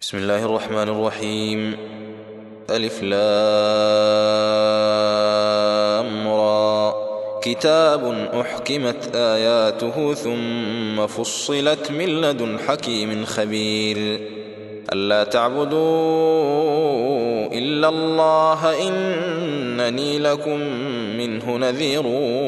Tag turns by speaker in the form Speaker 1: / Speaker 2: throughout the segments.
Speaker 1: بسم الله الرحمن الرحيم. ألف لام را. كتاب أحكمت آياته ثم فصلت من لدن حكيم خبير ألا تعبدوا إلا الله إنني لكم منه نذير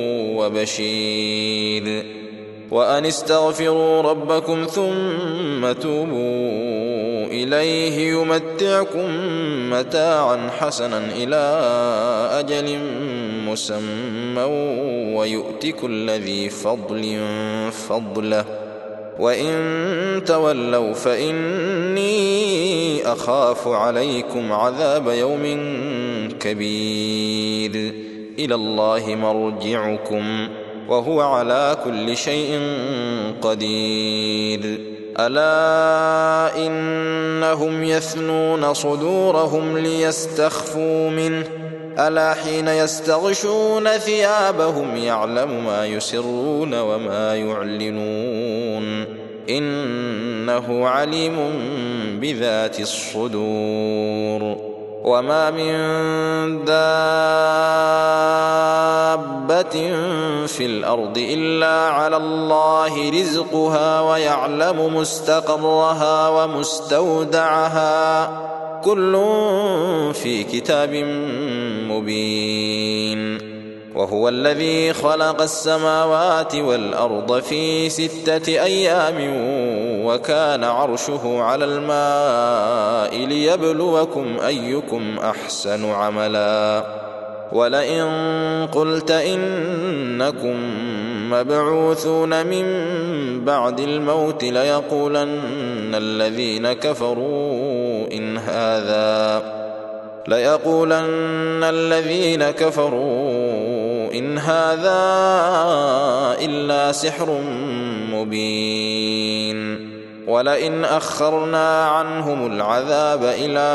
Speaker 1: وبشير وأن استغفروا ربكم ثم توبوا إليه يمتعكم متاعا حسنا إلى أجل مسمى ويؤت كل ذي فضل فضله وإن تولوا فإني أخاف عليكم عذاب يوم كبير إلى الله مرجعكم وهو على كل شيء قدير ألا إنهم يثنون صدورهم ليستخفوا منه ألا حين يستغشون ثيابهم يعلم ما يسرون وما يعلنون إنه عليم بذات الصدور وما من دابة في الأرض إلا على الله رزقها ويعلم مستقرها ومستودعها كل في كتاب مبين وهو الذي خلق السماوات والأرض في 6 أيام وكان عرشه على الماء ليبلوكم أيكم أحسن عملا ولئن قلت إنكم مبعوثون من بعد الموت ليقولن الذين كفروا إن هذا إلا سحر مبين ولئن أخرنا عنهم العذاب إلى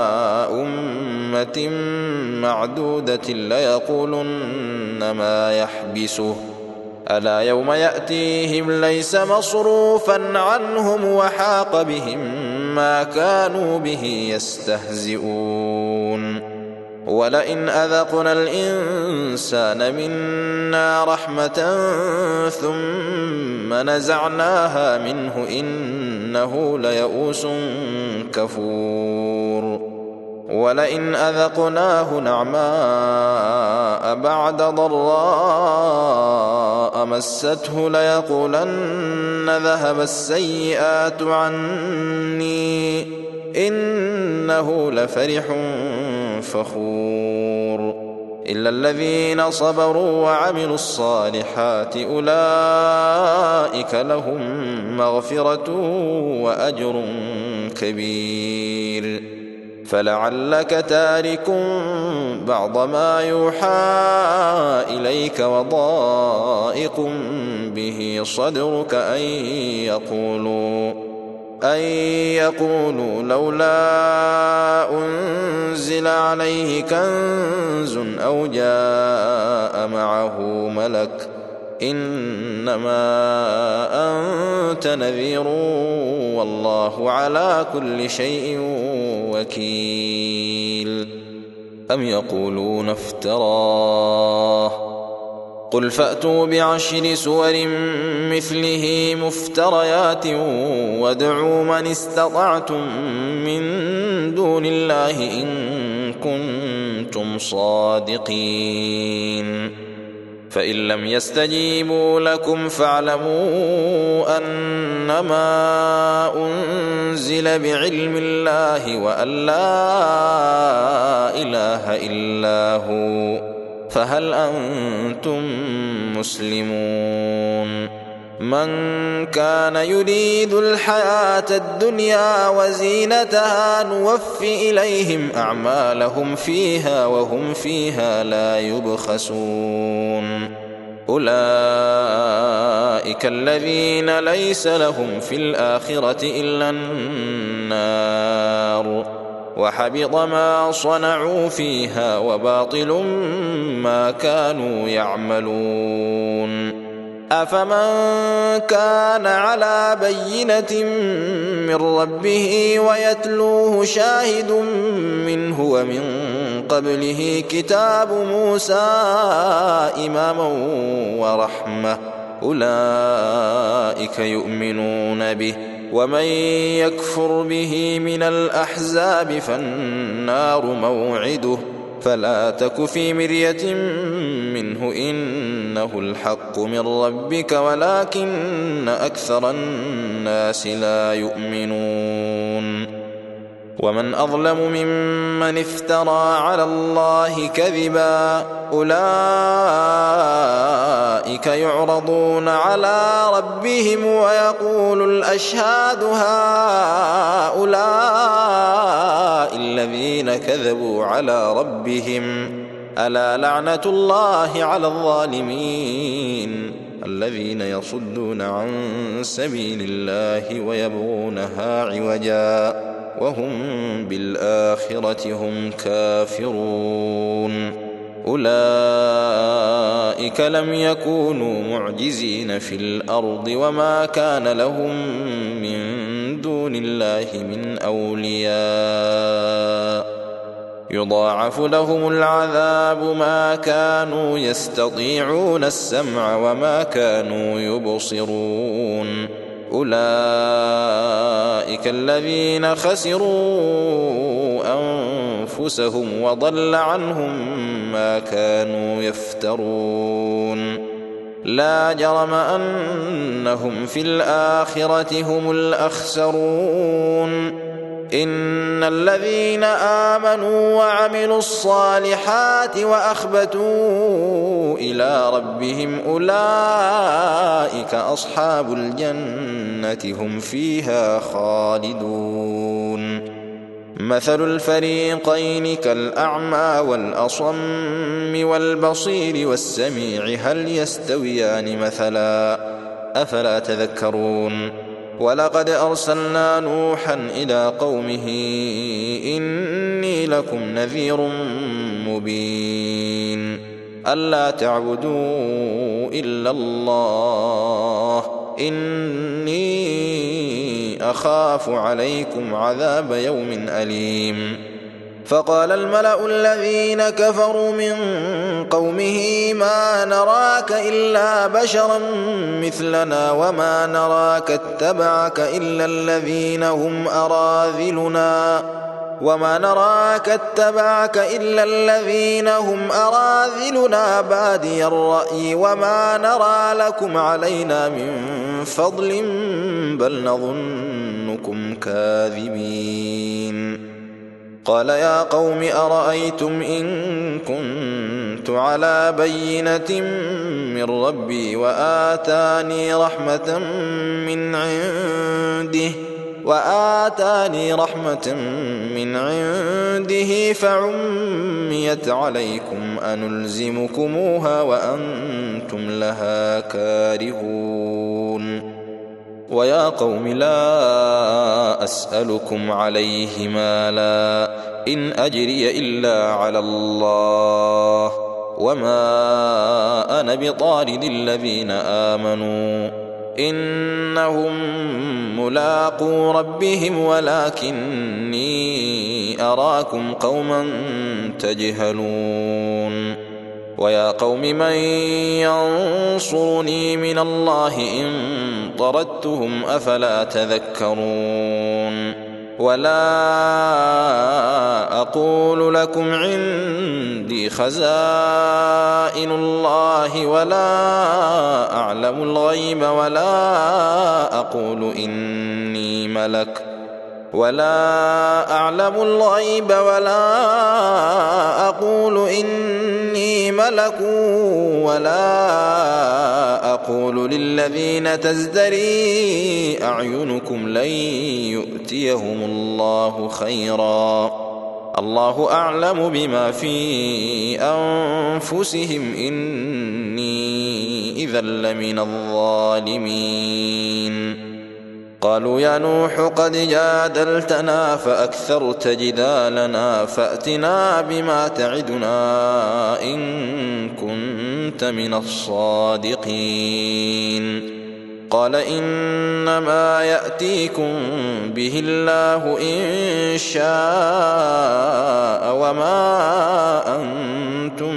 Speaker 1: أمة معدودة ليقولن ما يحبسه ألا يوم يأتيهم ليس مصروفا عنهم وحاق بهم ما كانوا به يستهزئون ولئن أذقنا الإنسان منا رحمة ثم نزعناها منه إنه ليئوس كفور ولئن أذقناه نعماء بعد ضراء مسته ليقولن ذهب السيئات عني إنه لفرح فخور إلا الذين صبروا وعملوا الصالحات أولئك لهم مغفرة وأجر كبير فلعلك تارك بعض ما يوحى إليك وضائق به صدرك أن يقولوا لولا أنزل عليه كنز أو جاء معه ملك إنما أنت نذير والله على كل شيء وكيل أم يقولون افتراه قل فأتوا ب10 سور مثله مفتريات وادعوا من استطعتم من دون الله إن كنتم صادقين فإن لم يستجيبوا لكم فاعلموا أنما أنزل بعلم الله وأن لا إله إلا هو فهل أنتم مسلمون من كان يريد الحياة الدنيا وزينتها نوف إليهم أعمالهم فيها وهم فيها لا يبخسون أولئك الذين ليس لهم في الآخرة إلا النار وحبط ما صنعوا فيها وباطل ما كانوا يعملون أفمن كان على بينة من ربه ويتلوه شاهد منه ومن قبله كتاب موسى إماما ورحمة أولئك يؤمنون به ومن يكفر به من الأحزاب فالنار موعده فلا تك في مرية منه إنه الحق من ربك ولكن أكثر الناس لا يؤمنون ومن أظلم ممن افترى على الله كذبا أولئك يعرضون على ربهم ويقول الأشهاد هؤلاء الذين كذبوا على ربهم ألا لعنة الله على الظالمين الذين يصدون عن سبيل الله ويبغونها عوجا وهم بالآخرة هم كافرون أولئك لم يكونوا معجزين في الأرض وما كان لهم من دون الله من أولياء يضاعف لهم العذاب ما كانوا يستطيعون السمع وما كانوا يبصرون أولئك الذين خسروا أنفسهم وضل عنهم ما كانوا يفترون لا جرم أنهم في الآخرة هم الأخسرون إن الذين آمنوا وعملوا الصالحات وأخبتوا إلى ربهم أولئك أصحاب الجنة هم فيها خالدون مثل الفريقين كالأعمى والأصم والبصير والسميع هل يستويان مثلا أفلا تذكرون ولقد أرسلنا نوحا إلى قومه إني لكم نذير مبين ألا تعبدوا إلا الله إني أخاف عليكم عذاب يوم أليم فقال الملأ الذين كفروا من قومه ما نراك إلا بشرا مثلنا وما نراك اتبعك إلا الذين هم أراذلنا بادي الرأي وما نرى لكم علينا من فضل بل نظنكم كاذبين قال يا قوم أرأيتم إن كنت على بينة من ربي وآتاني رحمة من عنده فعميت عليكم أنلزمكموها وأنتم لها كارهون ويا قوم لا أسألكم عليه مالا إن أجري إلا على الله وما أنا بطارد الذين آمنوا إنهم ملاقو ربهم ولكني أراكم قوما تجهلون ويا قوم من ينصرني من الله إن طردتهم أفلا تذكرون ولا أقول لكم عندي خزائن الله ولا أعلم الغيب ولا أقول إني ملك ولا أقول للذين تزدري أعينكم لن يؤتيهم الله خيرا الله أعلم بما في أنفسهم إني إذا لمن الظالمين قالوا يا نوح قد جادلتنا فأكثرت جدالنا فأتنا بما تعدنا إن كنت كنت من الصادقين. قال إنما يأتيكم به الله إن شاء وما أنتم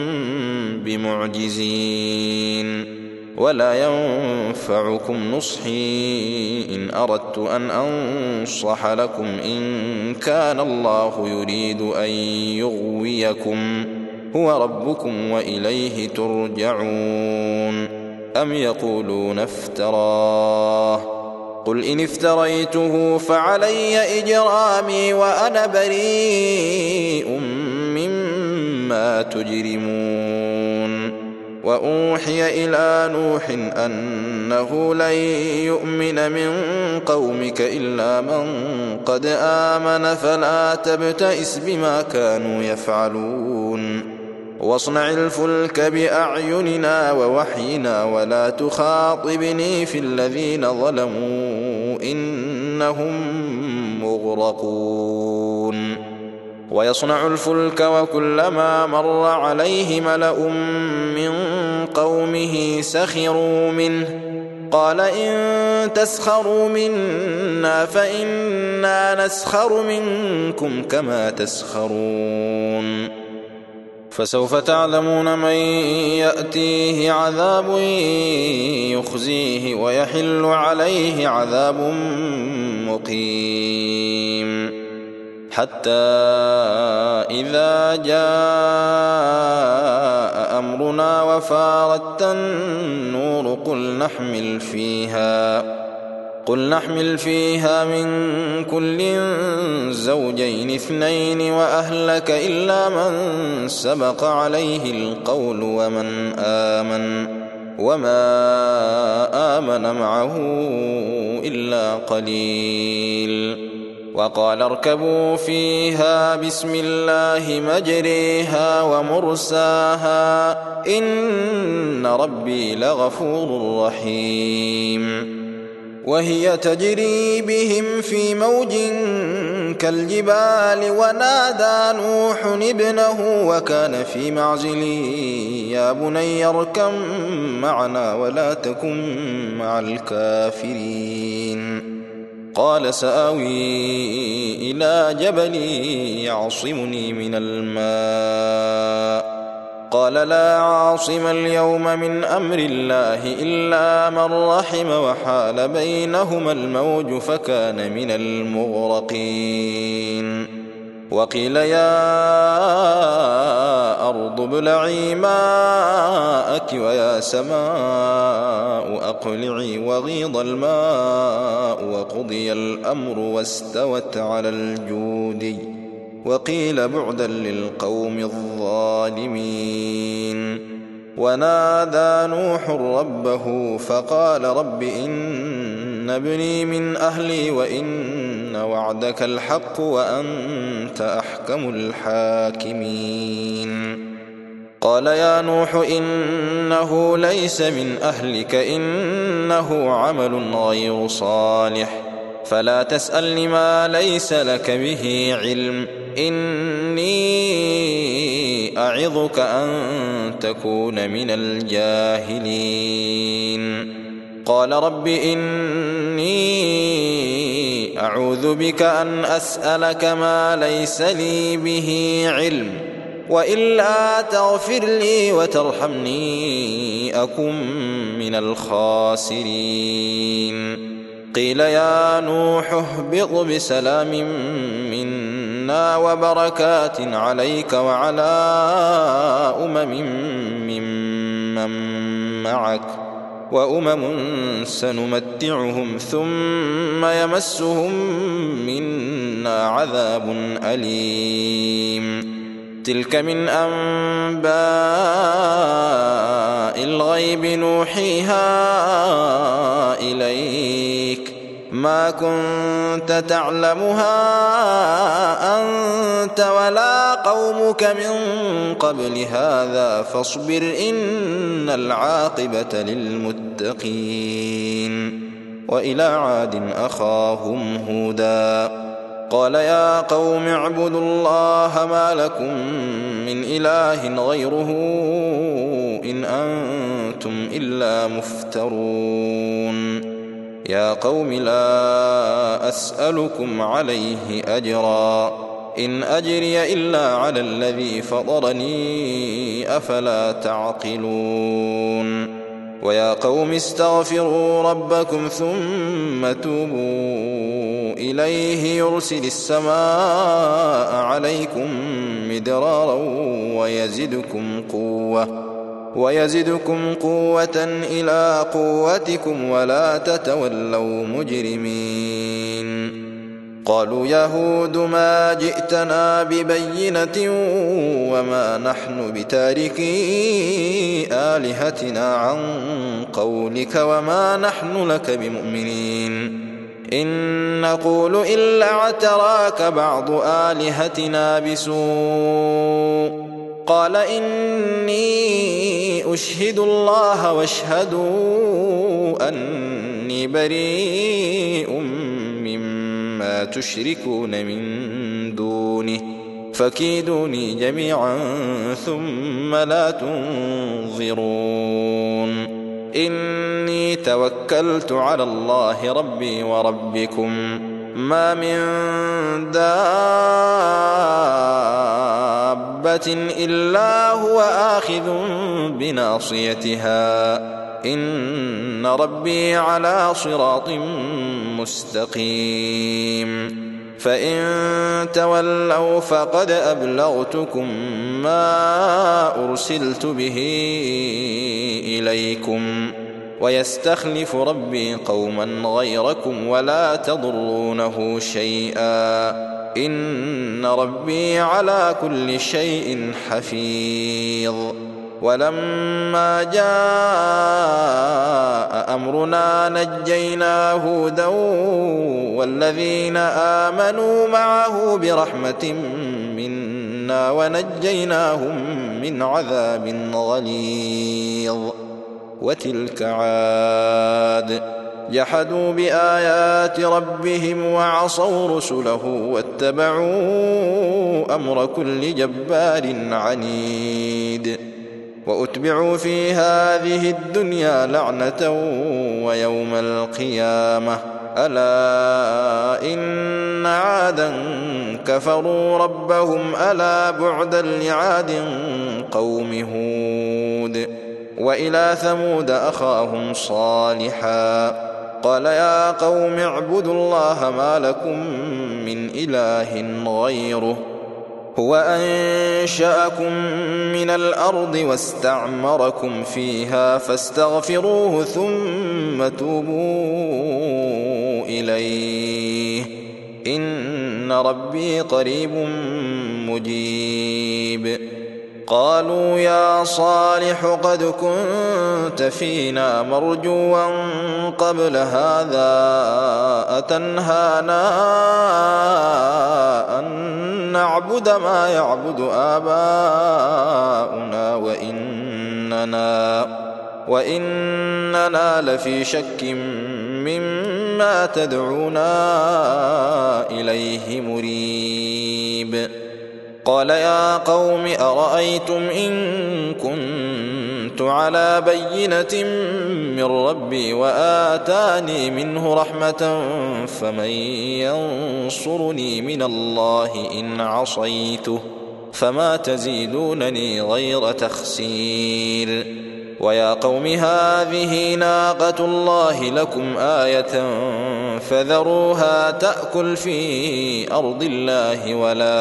Speaker 1: بمعجزين، ولا ينفعكم نصحي إن أردت أن أنصح لكم إن كان الله يريد أن يغويكم هو ربكم وإليه ترجعون. أم يقولون افتراه قل إن افتريته فعلي إجرامي وأنا بريء مما تجرمون. وأوحي إلى نوح أنه لن يؤمن من قومك إلا من قد آمن فلا تبتئس بما كانوا يفعلون. واصنع الفلك بأعيننا ووحينا ولا تخاطبني في الذين ظلموا إنهم مغرقون. ويصنع الفلك وكلما مر عليه ملأ من قومه سخروا منه قال إن تسخروا منا فإنا نسخر منكم كما تسخرون. فسوف تعلمون من يأتيه عذاب يخزيه ويحل عليه عذاب مقيم. حتى إذا جاء أمرنا وفارت النور قل نحمل فيها من كل زوجين اثنين وأهلك إلا من سبق عليه القول ومن آمن وما آمن معه إلا قليل. وقال اركبوا فيها بسم الله مجريها ومرساها إن ربي لغفور رحيم. وهي تجري بهم في موج كالجبال ونادى نوح ابنه وكان في معزل يا بني اركب معنا ولا تكن مع الكافرين. قال سآوي إلى جبل يعصمني من الماء قال لا عاصم اليوم من أمر الله إلا من رحم وحال بينهما الموج فكان من المغرقين. وقيل يا أرض ابلعي ماءك ويا سماء أقلعي وغيض الماء وقضي الأمر واستوت على الجودي وقيل بعدا للقوم الظالمين. ونادى نوح ربه فقال رب إن ابني من أهلي وإن وعدك الحق وأنت أحكم الحاكمين. قال يا نوح إنه ليس من أهلك إنه عمل غير صالح فلا تسألني ما ليس لك به علم إني أعظك أن تكون من الجاهلين. قال رب إني أعوذ بك أن أسألك ما ليس لي به علم وإلا تغفر لي وترحمني أكن من الخاسرين. قيل يا نوح اهبط بسلام منا وبركات عليك وعلى ممن معك وأمم سنمتعهم ثم يمسهم منا عذاب أليم. تلك من أنباء الغيب نوحيها إليك ما كنت تعلمها أنت ولا قومك من قبل هذا فاصبر إن العاقبة للمتقين. وإلى عاد أخاهم هودا قال يا قوم اعبدوا الله ما لكم من إله غيره إن أنتم إلا مفترون يا قوم لا أسألكم عليه أجرا إن أجري إلا على الذي فطرني أفلا تعقلون ويا قوم استغفروا ربكم ثم توبوا إليه يرسل السماء عليكم مدرارا ويزدكم قوة إلى قوتكم ولا تتولوا مجرمين قالوا يا هود ما جئتنا ببينة وما نحن بتاركي آلهتنا عن قولك وما نحن لك بمؤمنين إن نقول إلا اعتراك بعض آلهتنا بسوء قال إني أشهد الله واشهدوا أني بريء مما تشركون من دونه فكيدوني جميعا ثم لا تنظرون إني توكلت على الله ربي وربكم ما من دابة إلا هو آخذ بناصيتها إن ربي على صراط مستقيم فإن تولوا فقد أبلغتكم ما أرسلت به إليكم ويستخلف ربي قوما غيركم ولا تضرونه شيئا إن ربي على كل شيء حفيظ ولما جاء أمرنا نجينا هودا والذين آمنوا معه برحمة منا ونجيناهم من عذاب غليظ وتلك عاد جحدوا بآيات ربهم وعصوا رسله واتبعوا أمر كل جبار عنيد وأتبعوا في هذه الدنيا لعنة ويوم القيامة ألا إن عادا كفروا ربهم ألا بعدا لعاد قوم هود وإلى ثمود أخاهم صالحا قال يا قوم اعبدوا الله ما لكم من إله غيره هو أنشأكم من الأرض واستعمركم فيها فاستغفروه ثم توبوا إليه إن ربي قريب مجيب قالوا يا صالح قد كنت فينا مرجوا قبل هذا أتنهانا أن نعبد ما يعبد آباؤنا وإننا لفي شك مما تدعونا إليه مريب قال يا قوم أرأيتم إن كنت على بينة من ربي وآتاني منه رحمة فمن ينصرني من الله إن عصيته فما تزيدونني غير تخسير ويا قوم هذه ناقة الله لكم آية فذروها تأكل في أرض الله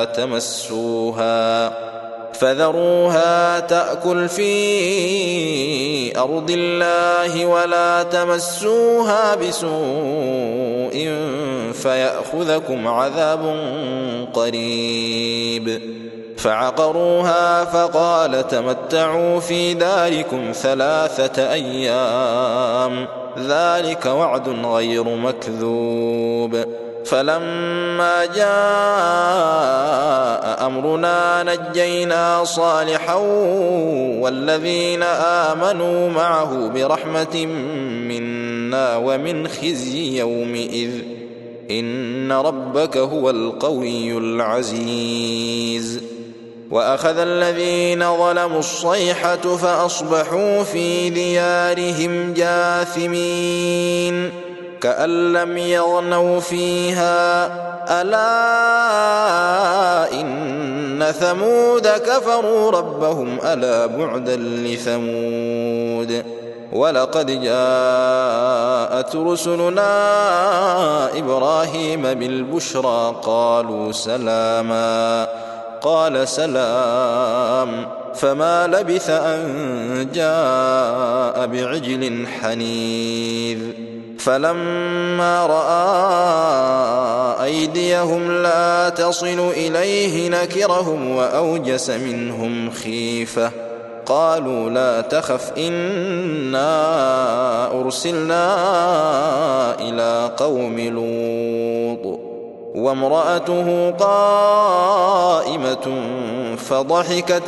Speaker 1: ولا تمسوها بسوء فيأخذكم عذاب قريب فعقروها فقال تمتعوا في داركم 3 أيام ذلك وعد غير مكذوب فلما جاء أمرنا نجينا صالحا والذين آمنوا معه برحمة منا ومن خزي يومئذ إن ربك هو القوي العزيز وأخذ الذين ظلموا الصيحة فأصبحوا في ديارهم جاثمين كأن لم يغنوا فيها ألا إن ثمود كفروا ربهم ألا بعدا لثمود ولقد جاءت رسلنا إبراهيم بالبشرى قالوا سلاما قال سلام فما لبث أن جاء بعجل حنيذ فلما رأى أيديهم لا تصل إليه نكرهم وأوجس منهم خيفة قالوا لا تخف إنا أرسلنا إلى قوم لوط وامرأته قائمة فضحكت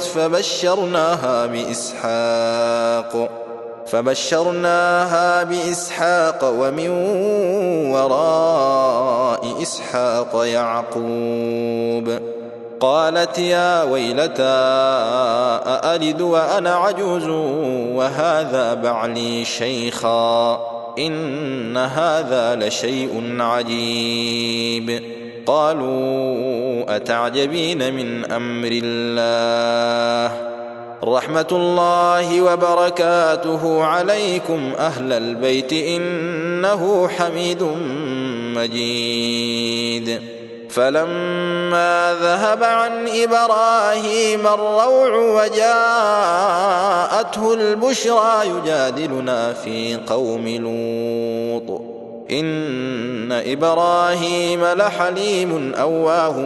Speaker 1: فبشرناها بإسحاق ومن وراء إسحاق يعقوب قالت يا ويلتى أألد وأنا عجوز وهذا بعلي شيخا إن هذا لشيء عجيب قالوا أتعجبين من أمر الله رحمة الله وبركاته عليكم أهل البيت إنه حميد مجيد فلما ذهب عن إبراهيم الروع وجاءته البشرى يجادلنا في قوم لوط إن إبراهيم لحليم أواه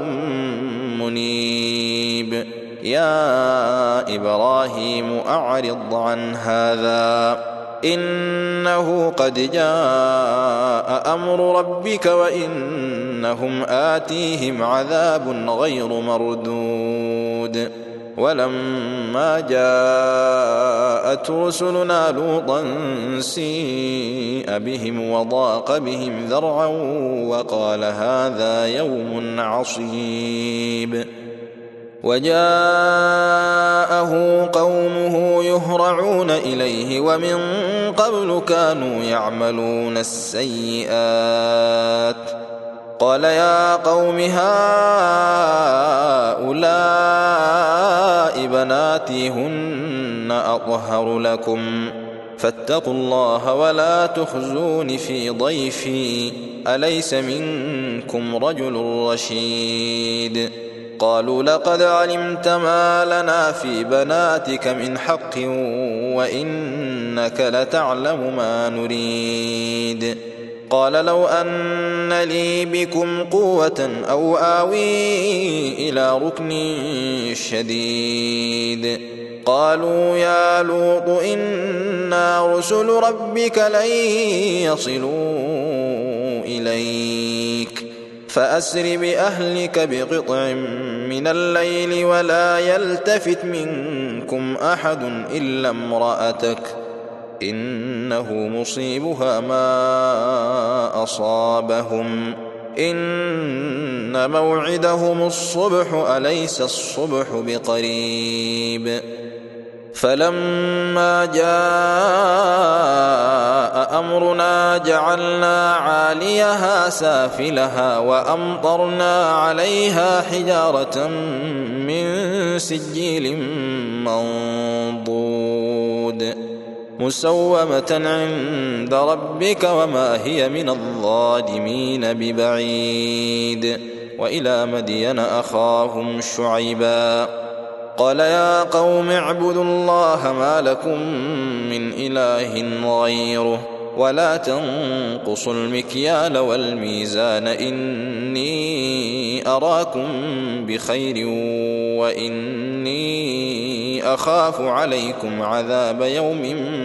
Speaker 1: منيب يا إبراهيم أعرض عن هذا إنه قد جاء أمر ربك وإنهم آتيهم عذاب غير مردود ولما جاءت رسلنا لوطا سيء بهم وضاق بهم ذرعا وقال هذا يوم عصيب وجاءه قومه يهرعون إليه ومن قبل كانوا يعملون السيئات قال يا قوم هؤلاء بناتي هن أطهر لكم فاتقوا الله ولا تخزون في ضيفي أليس منكم رجل رشيد قالوا لقد علمت ما لنا في بناتك من حق وإنك لتعلم ما نريد قال لو أن لي بكم قوة أو آوي إلى ركن شديد قالوا يا لوط إنا رسل ربك لن يصلوا إليك فأسر بأهلك بقطع من الليل ولا يلتفت منكم أحد إلا امرأتك إنه مصيبها ما أصابهم إن موعدهم الصبح أليس الصبح بقريب فلما جاء أمرنا جعلنا عاليها سافلها وأمطرنا عليها حجارة من سجيل منضود مسومة عند ربك وما هي من الظالمين ببعيد وإلى مدين أخاهم شعيبا قال يا قوم اعبدوا الله ما لكم من إله غيره ولا تنقصوا المكيال والميزان إني أراكم بخير وإني أخاف عليكم عذاب يوم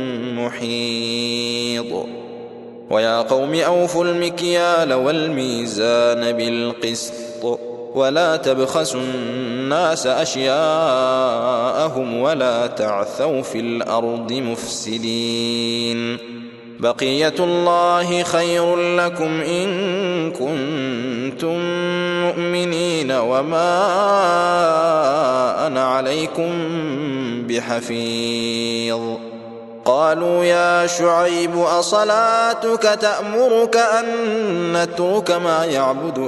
Speaker 1: محيط ويا قوم أوفوا المكيال والميزان بالقسط ولا تبخسوا الناس أشياءهم ولا تعثوا في الأرض مفسدين بقية الله خير لكم إن كنتم مؤمنين وما أنا عليكم بحفيظ. قالوا يا شعيب أصلاتك تأمرك أن نترك ما يعبد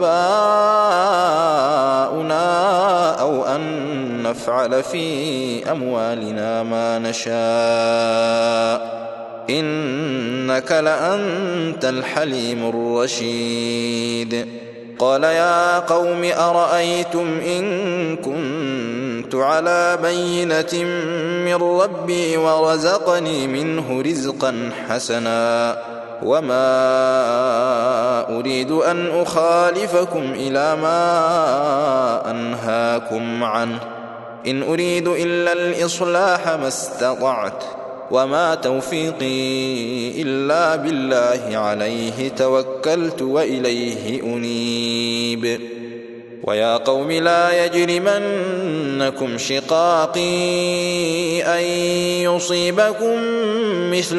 Speaker 1: آباؤنا أو أن نفعل في أموالنا ما نشاء إنك لأنت الحليم الرشيد. قال يا قوم أرأيتم إن كنت على بينة من ربي ورزقني منه رزقا حسنا وما أريد أن أخالفكم إلى ما أنهاكم عنه إن أريد إلا الإصلاح ما استطعت وما توفيقي إلا بالله عليه توكلت وإليه أنيب. ويا قوم لا يجرمنكم شقاقي أن يصيبكم مثل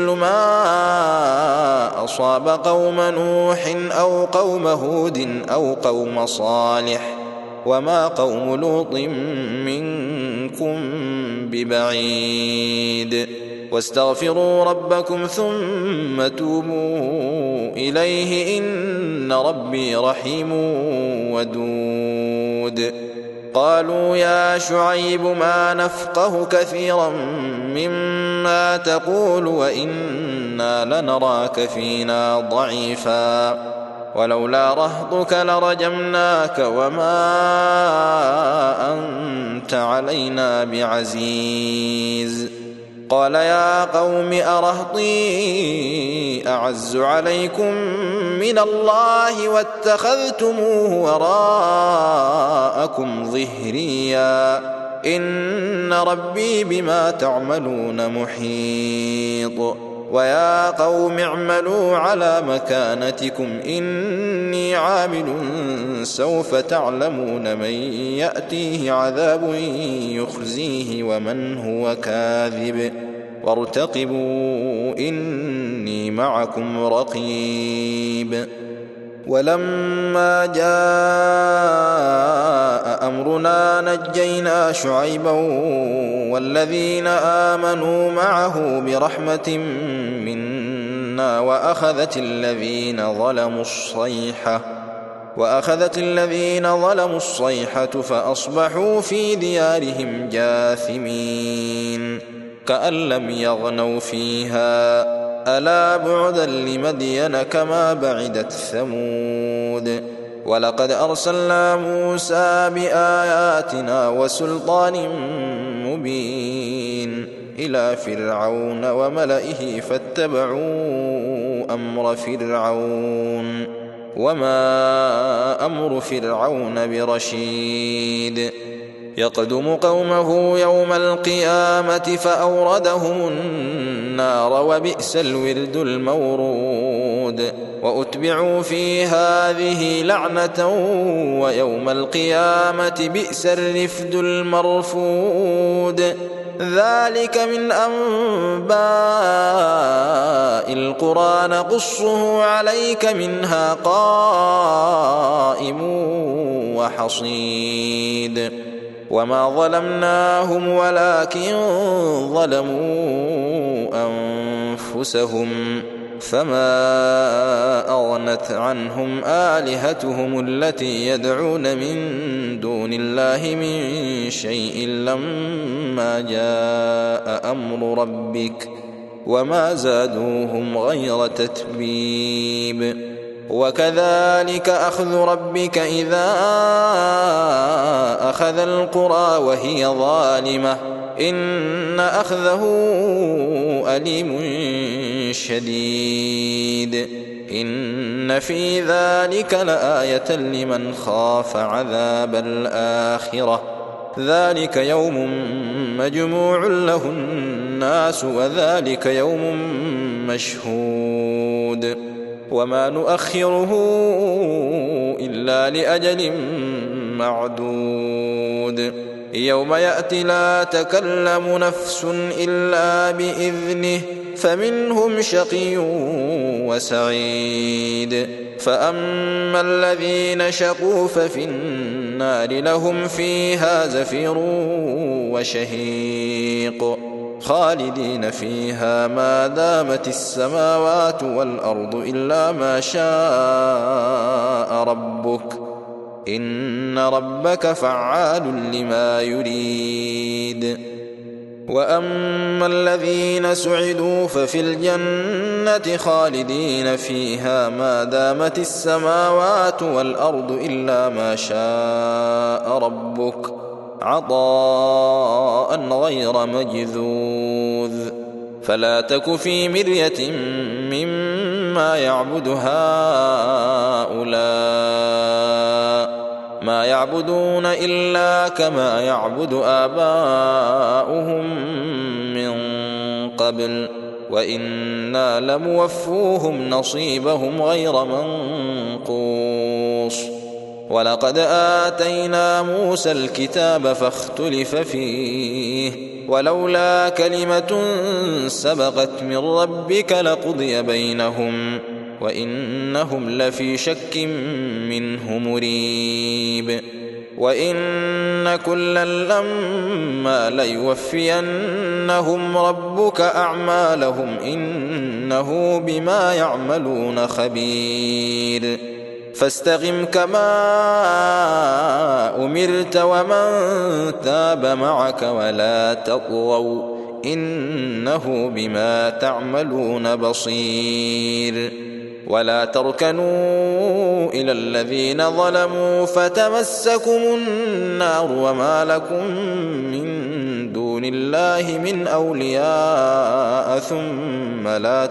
Speaker 1: ما أصاب قوم نوح أو قوم هود أو قوم صالح وما قوم لوط منكم ببعيد. واستغفروا ربكم ثم توبوا إليه إن ربي رحيم ودود. قالوا يا شعيب ما نفقه كثيرا مما تقول وإنا لنراك فينا ضعيفا ولولا رهطك لرجمناك وما أنت علينا بعزيز. قال يا قوم أرهطي أعز عليكم من الله واتخذتموه وراءكم ظهريا إن ربي بما تعملون محيط. ويا قوم اعملوا على مكانتكم إني عامل سوف تعلمون من يأتيه عذاب يخزيه ومن هو كاذب وارتقبوا إني معكم رقيب. ولما جاء أمرنا نجينا شعيبا والذين آمنوا معه برحمة منا وأخذت الذين ظلموا الصيحة فأصبحوا في ديارهم جاثمين كأن لم يغنوا فيها ألا بعدا لمدين كما بعدت ثمود. ولقد أرسلنا موسى بآياتنا وسلطان مبين إلى فرعون وملئه فاتبعوا أمر فرعون وما أمر فرعون برشيد. يقدم قومه يوم القيامة فأوردهم النار وبئس الورد المورود. وأتبعوا في هذه لعنة ويوم القيامة بئس الرفد المرفود. ذلك من أنباء القرى نقصه عليك منها قائم وحصيد. وما ظلمناهم ولكن ظلموا أنفسهم فما أغنت عنهم آلهتهم التي يدعون من دون الله من شيء لما جاء أمر ربك وما زادوهم غير تتبيب. وكذلك أخذ ربك إذا أخذ القرى وهي ظالمة إن أخذه أليم شديد. إن في ذلك لآية لمن خاف عذاب الآخرة ذلك يوم مجموع له الناس وذلك يوم مشهود. وما نؤخره إلا لأجل معدود. يوم يأتي لا تكلم نفس إلا بإذنه فمنهم شقي وسعيد. فأما الذين شقوا ففي النار لهم فيها زفير وشهيق خالدين فيها ما دامت السماوات والأرض إلا ما شاء ربك إن ربك فعال لما يريد. وأما الذين سعدوا ففي الجنة خالدين فيها ما دامت السماوات والأرض إلا ما شاء ربك عطاء غير مجذوذ. فلا تك في مرية مما يعبد هؤلاء ما يعبدون إلا كما يعبد آباؤهم من قبل وإنا لموفوهم نصيبهم غير منقوص. ولقد آتينا موسى الكتاب فاختلف فيه ولولا كلمة سبقت من ربك لقضي بينهم وإنهم لفي شك منه مريب. وإن كلا لما ليوفينهم ربك أعمالهم إنه بما يعملون خبير. فاستقم كما أمرت ومن تاب معك ولا تطغوا إنه بما تعملون بصير. ولا تركنوا إلى الذين ظلموا فتمسكم النار وما لكم من دون الله من أولياء ثم لا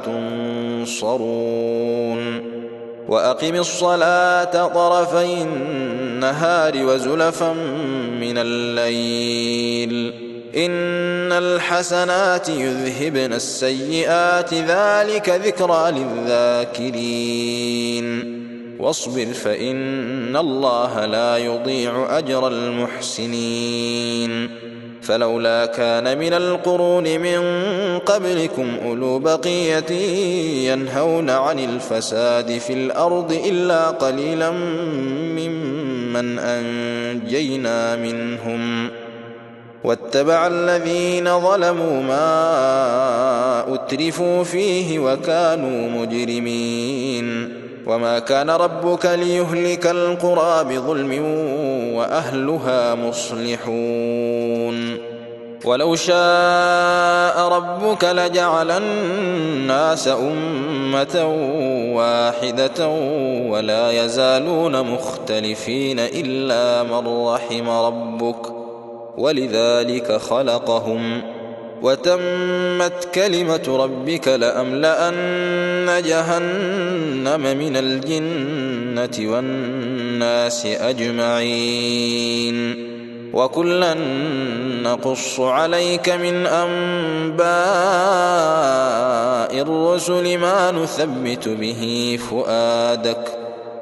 Speaker 1: تنصرون. وأقم الصلاة طرفي النهار وزلفا من الليل إن الحسنات يذهبن السيئات ذلك ذكرى للذاكرين. واصبر فإن الله لا يضيع أجر المحسنين. فلولا كان من القرون من قبلكم أولو بقية ينهون عن الفساد في الأرض إلا قليلا ممن أنجينا منهم واتبع الذين ظلموا ما أترفوا فيه وكانوا مجرمين. وما كان ربك ليهلك القرى بظلم وأهلها مصلحون. ولو شاء ربك لجعل الناس أمة واحدة ولا يزالون مختلفين إلا من رحم ربك ولذلك خلقهم وتمت كلمة ربك لأملأن جهنم من الجنة والناس أجمعين. وكلا نقص عليك من أنباء الرسل ما نثبت به فؤادك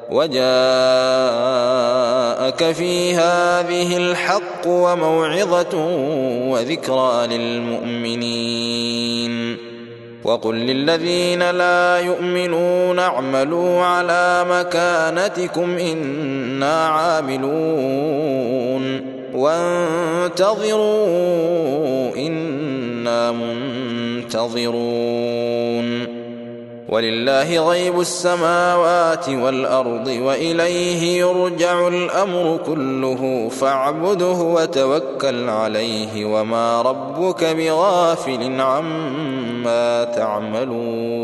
Speaker 1: وجاءك في هذه الحق وموعظة وذكرى للمؤمنين. وقل للذين لا يؤمنون اعملوا على مكانتكم إنا عاملون وانتظروا إنا منتظرون. ولله غيب السماوات والأرض وإليه يرجع الأمر كله فاعبده وتوكل عليه وما ربك بغافل عما تعملون.